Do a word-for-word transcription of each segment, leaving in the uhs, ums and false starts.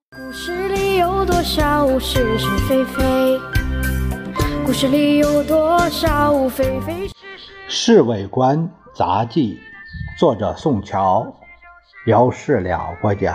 故事里有多少是是非非？故事里有多少非非是是？ 侍卫官杂记，作者宋乔，由事了播讲。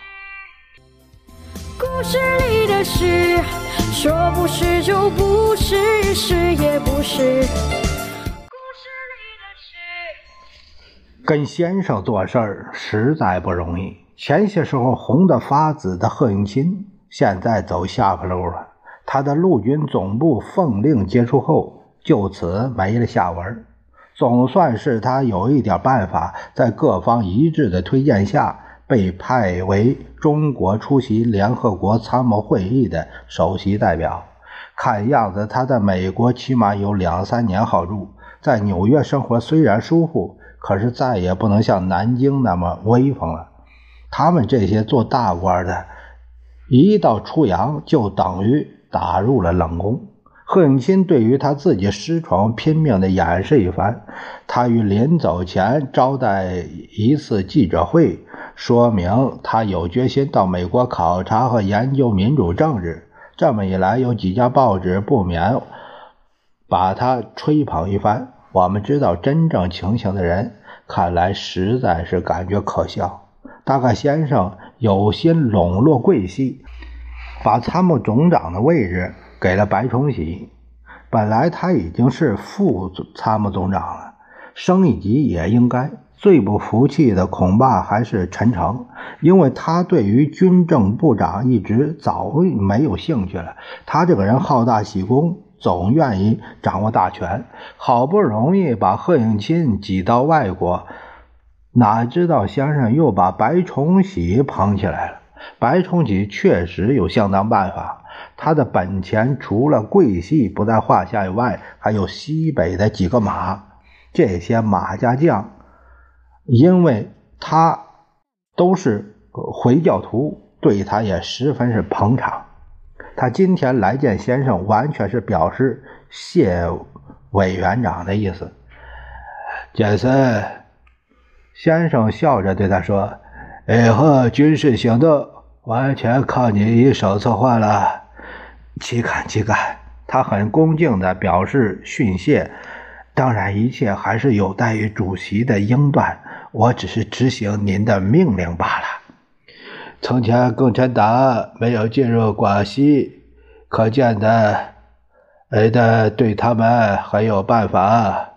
故事里的事，说不是就不是，是也不是。故事里的事， 跟先生做事儿实在不容易。前些时候红得发紫的贺应钦，现在走下坡路了。他的陆军总部奉令结束后，就此没了下文。总算是他有一点办法，在各方一致的推荐下，被派为中国出席联合国参谋会议的首席代表。看样子他在美国起码有两三年好住，在纽约生活虽然舒服，可是再也不能像南京那么威风了。他们这些做大官的，一到出洋就等于打入了冷宫。贺应钦对于他自己失宠拼命地演示一番，他于临走前招待一次记者会，说明他有决心到美国考察和研究民主政治。这么一来，有几家报纸不免把他吹捧一番。我们知道真正情形的人，看来实在是感觉可笑。大概先生有心笼络贵系，把参谋总长的位置给了白崇禧。本来他已经是副参谋总长了，升一级也应该。最不服气的恐怕还是陈诚，因为他对于军政部长一直早没有兴趣了。他这个人好大喜功，总愿意掌握大权，好不容易把贺应钦挤到外国，哪知道先生又把白崇禧捧起来了。白崇禧确实有相当办法，他的本钱除了贵系不在话下以外，还有西北的几个马。这些马家将因为他都是回教徒，对他也十分是捧场。他今天来见先生，完全是表示谢委员长的意思。杰森先生笑着对他说，以后军事行动完全靠你一手策划了。岂敢岂敢，他很恭敬地表示训谢，当然一切还是有待于主席的应断，我只是执行您的命令罢了。从前共产党没有进入广西，可见的呃的对他们很有办法。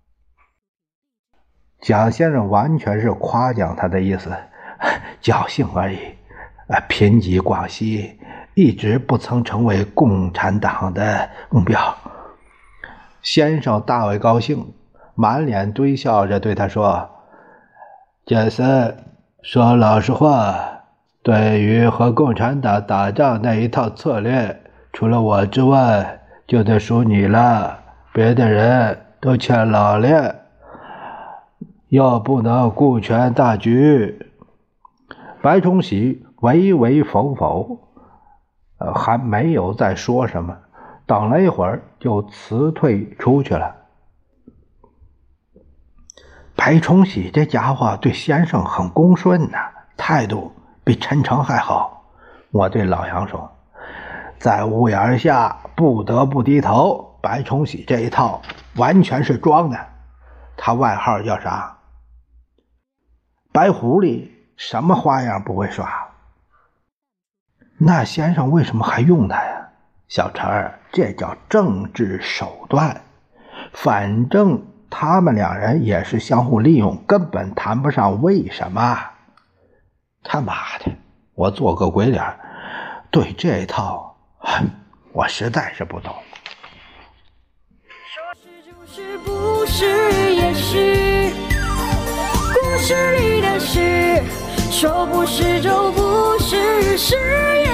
蒋先生完全是夸奖他的意思，侥幸而已。贫瘠广西一直不曾成为共产党的目标。先生大为高兴，满脸堆笑着对他说，杰森，说老实话，对于和共产党打仗那一套策略，除了我之外就得数你了，别的人都欠老练，又不能顾全大局。白崇禧唯唯否否，呃，还没有再说什么，等了一会儿就辞退出去了。白崇禧这家伙对先生很恭顺呐、啊，态度比陈诚还好。我对老杨说，在屋檐下不得不低头，白崇禧这一套完全是装的。他外号叫啥？白狐狸，什么花样不会耍。那先生为什么还用他呀？小陈儿，这叫政治手段。反正他们两人也是相互利用，根本谈不上为什么。他妈的，我做个鬼脸，对这一套我实在是不懂。 说是就是不是也是，故事里的事，说不是就不是，是也